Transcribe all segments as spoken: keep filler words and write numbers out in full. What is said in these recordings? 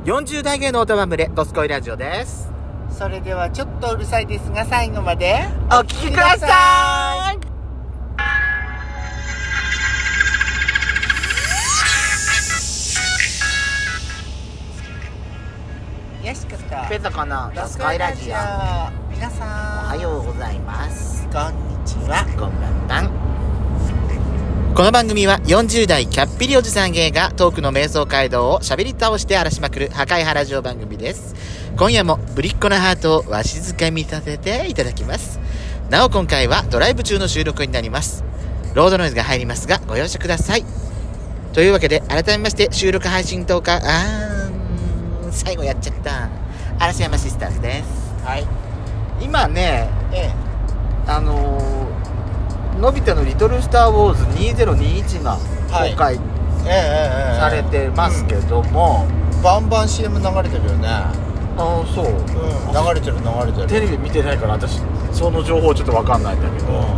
よんじゅう代芸能歌番群れドスコイラジオです。 それではちょっとうるさいですが最後までお聞きください。 よしことペソコのドスコイラジオ、 皆さんおはようございます。 こんにちは、 こんばんばん。この番組はよんじゅう代キャッピリおじさん芸がトークの瞑想街道を喋り倒して荒らしまくる破壊派ラジオ番組です。今夜もぶりっ子なハートをわしづかみさせていただきます。なお今回はドライブ中の収録になります。ロードノイズが入りますがご容赦ください。というわけで改めまして収録配信とかあー最後やっちゃった嵐山シスターズです。 はい、 今ね、 ええ、 あのーのび太のリトルスターウォーズにせんにじゅういちが公開されてますけども、 うん、バンバン シーエム 流れてるよね。 ああそう、うん、 流れてる流れてる。 テレビ見てないから私その情報ちょっと分かんないんだけど、うん、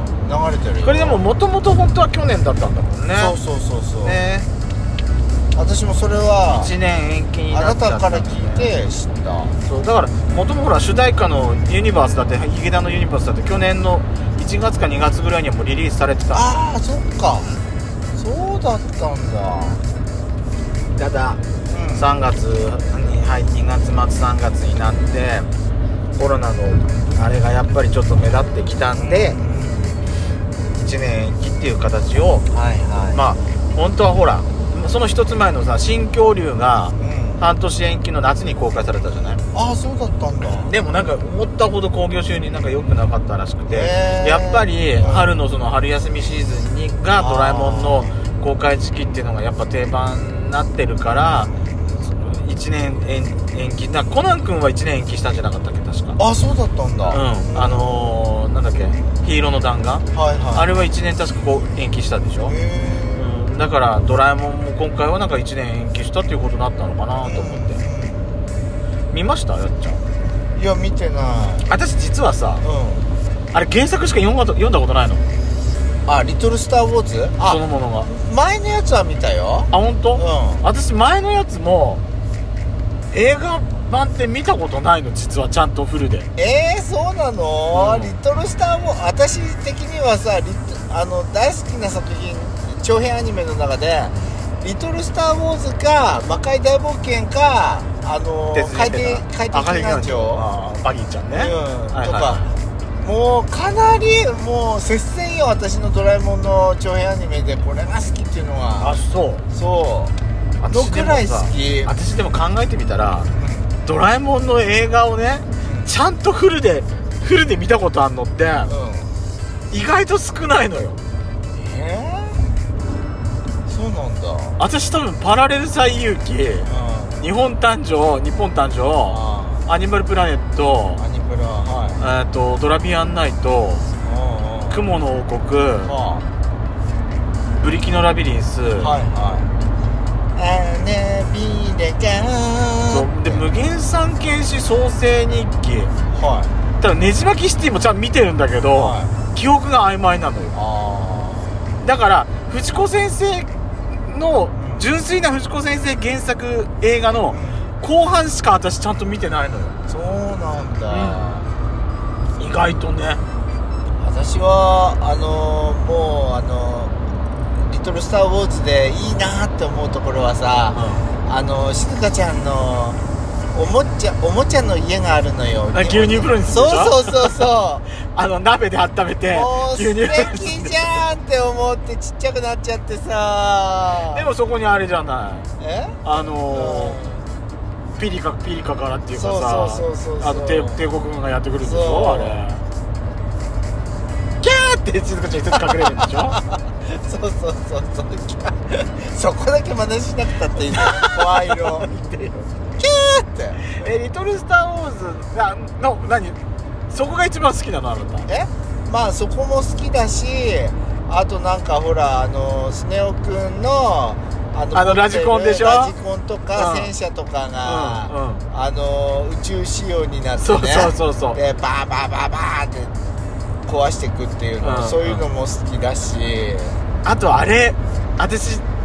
流れてるよ。 これでももともと本当は去年だったんだもんね。 そうそうそうそうね。 私もそれはいちねん延期になっちゃった、ね、 あなたから聞いて知った。 そうだから元もほら主題歌のユニバースだってヒゲダンのユニバースだって去年のいちがつかにがつぐらいにはもうリリースされてた。 ああそっか、そうだったんだ。 ただ、うん、さんがつに入ってにがつ末さんがつになってコロナのあれがやっぱりちょっと目立ってきたんで、うん、いちねん延期っていう形を、はいはい、まあ本当はほらその一つ前のさ新恐竜が半年延期の夏に公開されたじゃない。 ああそうだったんだ。 でもなんか思ったほど興行収入なんか良くなかったらしくて、やっぱり春のその春休みシーズンにがドラえもんの公開時期っていうのがやっぱ定番になってるからいちねん延期な。コナン君はいちねん延期したんじゃなかったっけ確か。 ああそうだったんだ。 うんあのー、なんだっけヒーローの弾丸、はいはい、あれはいちねん確かこう延期したでしょ。へー、だからドラえもんも今回はなんかいちねん延期したっていうことになったのかなと思って。見ましたやっちゃん。 いや見てない。 私実はさ、 うん、 あれ原作しか読んだ、読んだことないの。 あリトルスターウォーズそのものが。 前のやつは見たよ。 あ本当？ うん、 私前のやつも映画版って見たことないの実はちゃんとフルで。 えー、そうなの、うん、リトルスターウォーズ私的にはさリトあの大好きな作品長編アニメの中でリトルスターウォーズか魔界大冒険かあの海底海底祈願城バギーちゃんね、 うんはいはい、とかもうかなりもう接戦よ。私のドラえもんの長編アニメでこれが好きっていうのは。 あそうそうのくらい好き。 私でも考えてみたら、うん、ドラえもんの映画をね、うん、ちゃんとフルでフルで見たことあんのって、うん、意外と少ないのよ。 えー、そうなんだ。 私多分パラレル最遊記、うん、日本誕生日本誕生、うん、アニマルプラネット、 アニプラ、はい、 えー、とドラビアンナイト、うんうん、雲の王国、はあ、ブリキのラビリンス、はいはいあねビレカそうで無限三剣士創世日記、はい、ただねじ巻きシティもちゃんと見てるんだけど、はい、記憶が曖昧なのよ。あだから藤子先生の純粋な藤子先生原作映画の後半しか私ちゃんと見てないのよ。 そうなんだ、 うん、意外とね。 私はあのー、もうあのーリトルスターウォーズでいいなって思うところはさ、うん、あの静香ちゃんのおもちゃおもちゃの家があるのよ。 牛乳風呂にするでしょ。 そうそうそうそうあの鍋で温めてもう素敵じゃんって思ってちっちゃくなっちゃってさ。 でもそこにあれじゃない、 えあのーうん、ピリカピリカからっていうかさ、 そうそうそうそう、 あの帝国軍がやってくるんでしょ。あれキャーって静香ちゃん一つ隠れるんでしょそうそうそうそうそこだけ真似しなくたっていいの怖い色見てよキャーってえリトルスターウォーズなの何そこが一番好きなのあなた。 えまあそこも好きだし、あとなんかほらあのスネ夫くんのあのあのラジコンでしょ。 ラジコンとか戦車とかが、うんうん、あの宇宙仕様になってね、 そうそうそうそうでバーバーバーバーって壊していくっていうの、うん、そういうのも好きだし、 あとあれ私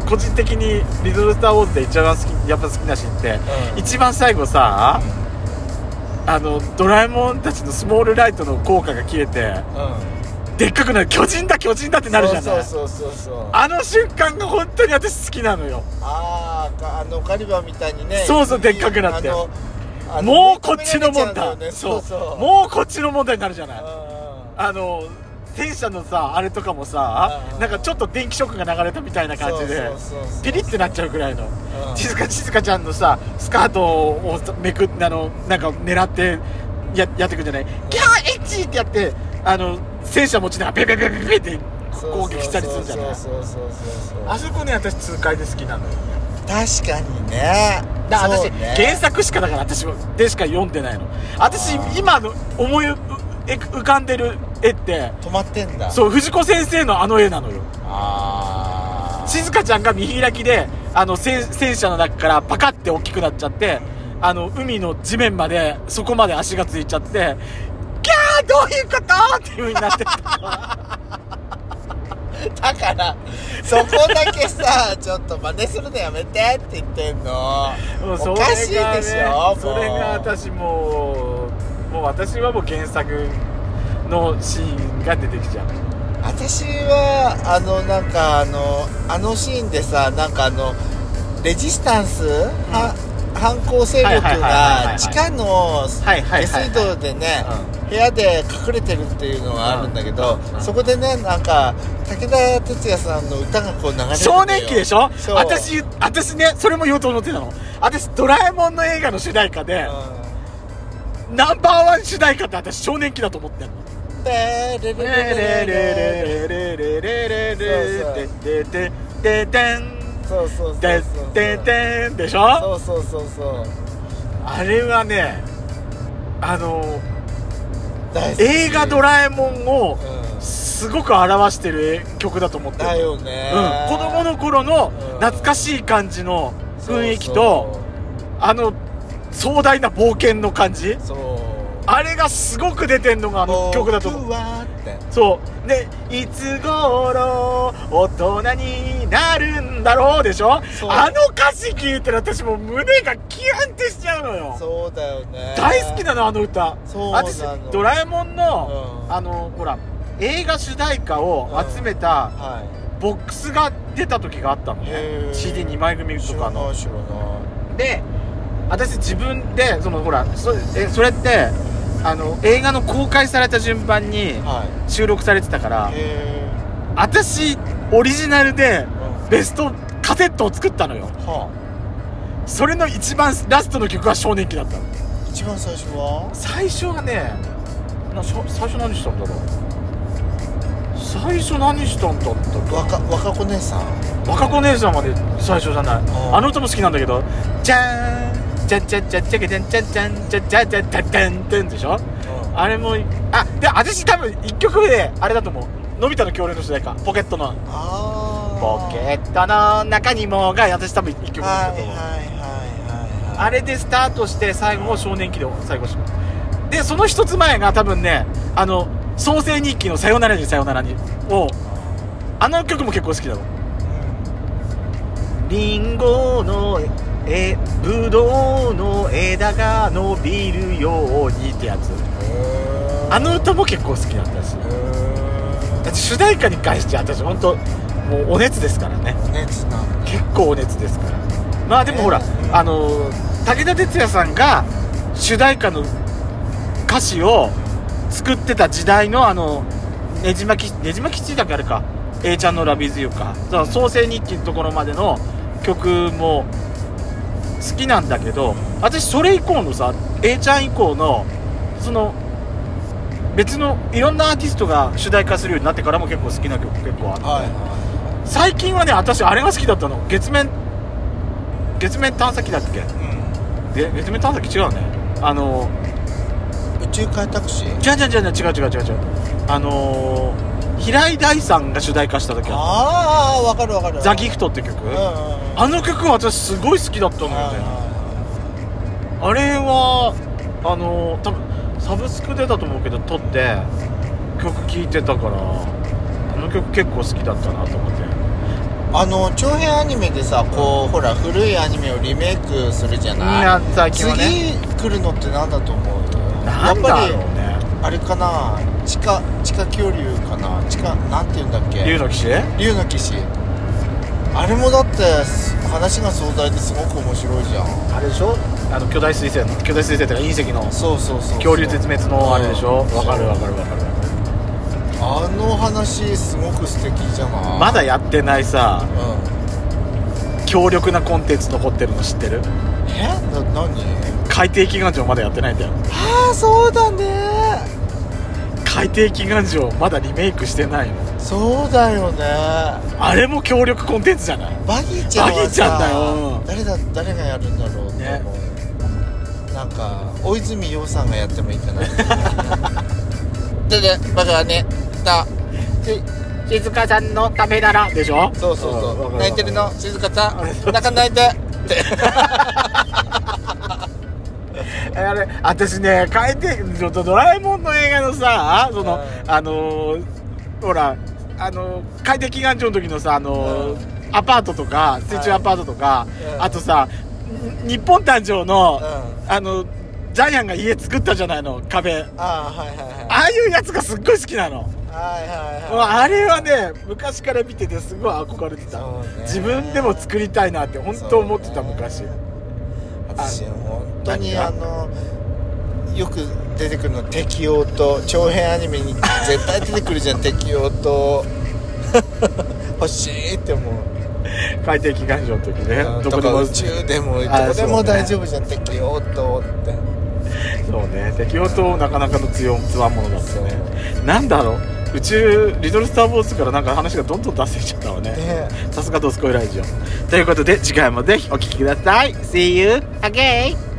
個人的にリトルスターウォーズで一番好きやっぱ好きなシーンって、うん、一番最後さ、うん、あのドラえもんたちのスモールライトの効果が切れて、うん、でっかくなる巨人だ巨人だってなるじゃない。 そうそうそうそう、 あの瞬間が本当に私好きなのよ。 ああ、あのカリバーみたいにね、 そうそう、でっかくなって、もうこっちの問題、ね、そうそう、もうこっちの問題になるじゃない。あの戦車のさあれとかもさ、なんかちょっと電気ショックが流れたみたいな感じでピリってなっちゃうくらいの、静香静香ちゃんのさスカートをめくあのなんか狙ってや, やってくんじゃない、ギャーエッチってやってあの戦車持ちながらペペペペペって攻撃したりするじゃない。あそこね私痛快で好きなのよ。 確かにね。 だから私、ね、原作しかだから私でしか読んでないの。私今の思い浮かんでる絵って止まってんだ。 そう、藤子先生のあの絵なのよ。 あー、 静香ちゃんが見開きであの 戦, 戦車の中からパカって大きくなっちゃって、あの海の地面までそこまで足がついちゃって、ギャーどういうことっていう風になってただからそこだけさちょっと真似するのやめてって言ってんの。もうおかしいでしょ。 それが私もうもう私はもう原作のシーンが出てきちゃう。 私はあのなんかあのあのシーンでさ、なんかあのレジスタンス、うん、反抗勢力が地下の下水道でね部屋で隠れてるっていうのがあるんだけど、うんうん、そこでねなんか武田鉄矢さんの歌がこう流れてる。 少年期でしょ。私私ねそれも言おうと思ってたの。私ドラえもんの映画の主題歌で、うん、ナンバーワン主題歌って私少年期だと思ってんの。レレレレレレレレレレレレレレレンそうそうそうそうでででんでしょ。 そうそうそうそう。 あれはねあの映画ドラえもんをすごく表してる曲だと思ってる。 だよね、 うん、子供の頃の懐かしい感じの雰囲気と、うん、そうそうあの壮大な冒険の感じ、 そうあれがすごく出てんのがあの曲だと思う。そうでいつ頃大人になるんだろうでしょ。あの歌詞聞いてる私もう胸がキュンってしちゃうのよ。 そうだよね。 大好きなのあの歌。 そうなの。 私ドラえもんの、うん、あのほら映画主題歌を集めた、うんはい、ボックスが出た時があったのね。 シーディーに 枚組とかので私自分でそのほら そ, えそれってあの映画の公開された順番に収録されてたから、はい、私オリジナルでベストカセットを作ったのよ、はあ、それの一番ラストの曲は少年期だったの。 一番最初は最初はねな最初何したんだろう。最初何したんだったか。 若若子姉さん若子姉さんまで最初じゃない。あの歌も好きなんだけど、じゃーんじゃじゃじゃじゃじゃじゃじゃじゃじゃじゃじゃじゃじゃんてんでしょ、うん、あれもあで私多分いっきょくめであれだと思う。のび太の恐竜の主題歌ポケットのあポケットの中にもが私多分いっきょくめだと思う。あれでスタートして最後も少年期で最後しますでその一つ前が多分ねあの創世日記のさよならにさよならにをあの曲も結構好きだろ、うん、リンゴのえぶどうの枝が伸びるようにってやつ。あの歌も結構好きだったし、だって主題歌に関して私本当もうお熱ですからね。 お熱な結構お熱ですから。まあでもほら、えー、あの武田鉄矢さんが主題歌の歌詞を作ってた時代のあのねじ巻きねじ巻きついたっけあれか A ちゃんのラビーズユーか創世日記のところまでの曲も好きなんだけど、私それ以降のさ A ちゃん以降のその別のいろんなアーティストが主題化するようになってからも結構好きな曲結構あって、はい、最近はね私あれが好きだったの。月面月面探査機だっけ、うん、で月面探査機違うねあの宇宙開拓士じゃじゃじゃじゃ違う違う違う違うあのー、平井大さんが主題化した時ああわかるわかるザ・ギフトって曲、うんうんうん、あの曲は私すごい好きだったのよね、あれはあのー、多分サブスク出たと思うけど撮って曲聴いてたからあの曲結構好きだったなと思って。 あの長編アニメでさこうほら古いアニメをリメイクするじゃない、 うん最近はね次来るのって何だと思う？ なんだろうね。 あれかな、地下地下恐竜かな、地下なんて言うんだっけ、 竜の騎士竜の騎士。あれもだって話が壮大ですごく面白いじゃん。 あれでしょ、あの巨大水星の巨大水星っていうか隕石のそうそうそうそう、 恐竜絶滅のあれでしょ。わ、 うんかるわかるわかる。 あの話すごく素敵じゃない。 まだやってないさうん強力なコンテンツ残ってるの知ってる？ えな何？ 海底祈願城まだやってないんだよ。 ああそうだね、 海底祈願城まだリメイクしてないの。 そうだよね。 あれも強力コンテンツじゃない？ バギーちゃんはさバギーちゃんだよ。 誰だ誰がやるんだろうってね思う。なんか大泉洋さんがやってもいいかなででバカはねだ静香さんのためならでしょ。 そうそうそう、 ん泣いてるの静香さん泣かないでってあれ私ね海底ドラえもんの映画のさその、 うんあのー、ほらあのー、海底祈願城の時のさあのーうんアパートとか水中アパートとか、 うんあとさ日本誕生の、 うんあのジャイアンが家作ったじゃないの壁。 ああはいはいはいああいうやつがすっごい好きなの。 はいはいもうはいあれはね昔から見ててすごい憧れてた、 そうね自分でも作りたいなって本当思ってた、 そうね昔。 私本当に何があのよく出てくるの敵王と長編アニメに絶対出てくるじゃん敵王と欲しいって思う。 海底祈願城の時ね、 うんどこでもとか宇宙でもどあこでもそうね大丈夫じゃん敵王とってそうね、敵王となかなかの強つわものだったそうね。なんだろう、宇宙リトルスター・ウォーズからなんか話がどんどん脱線しちゃったわね。 ねさすがドスコイラジオということで次回もぜひお聞きください。 See you again!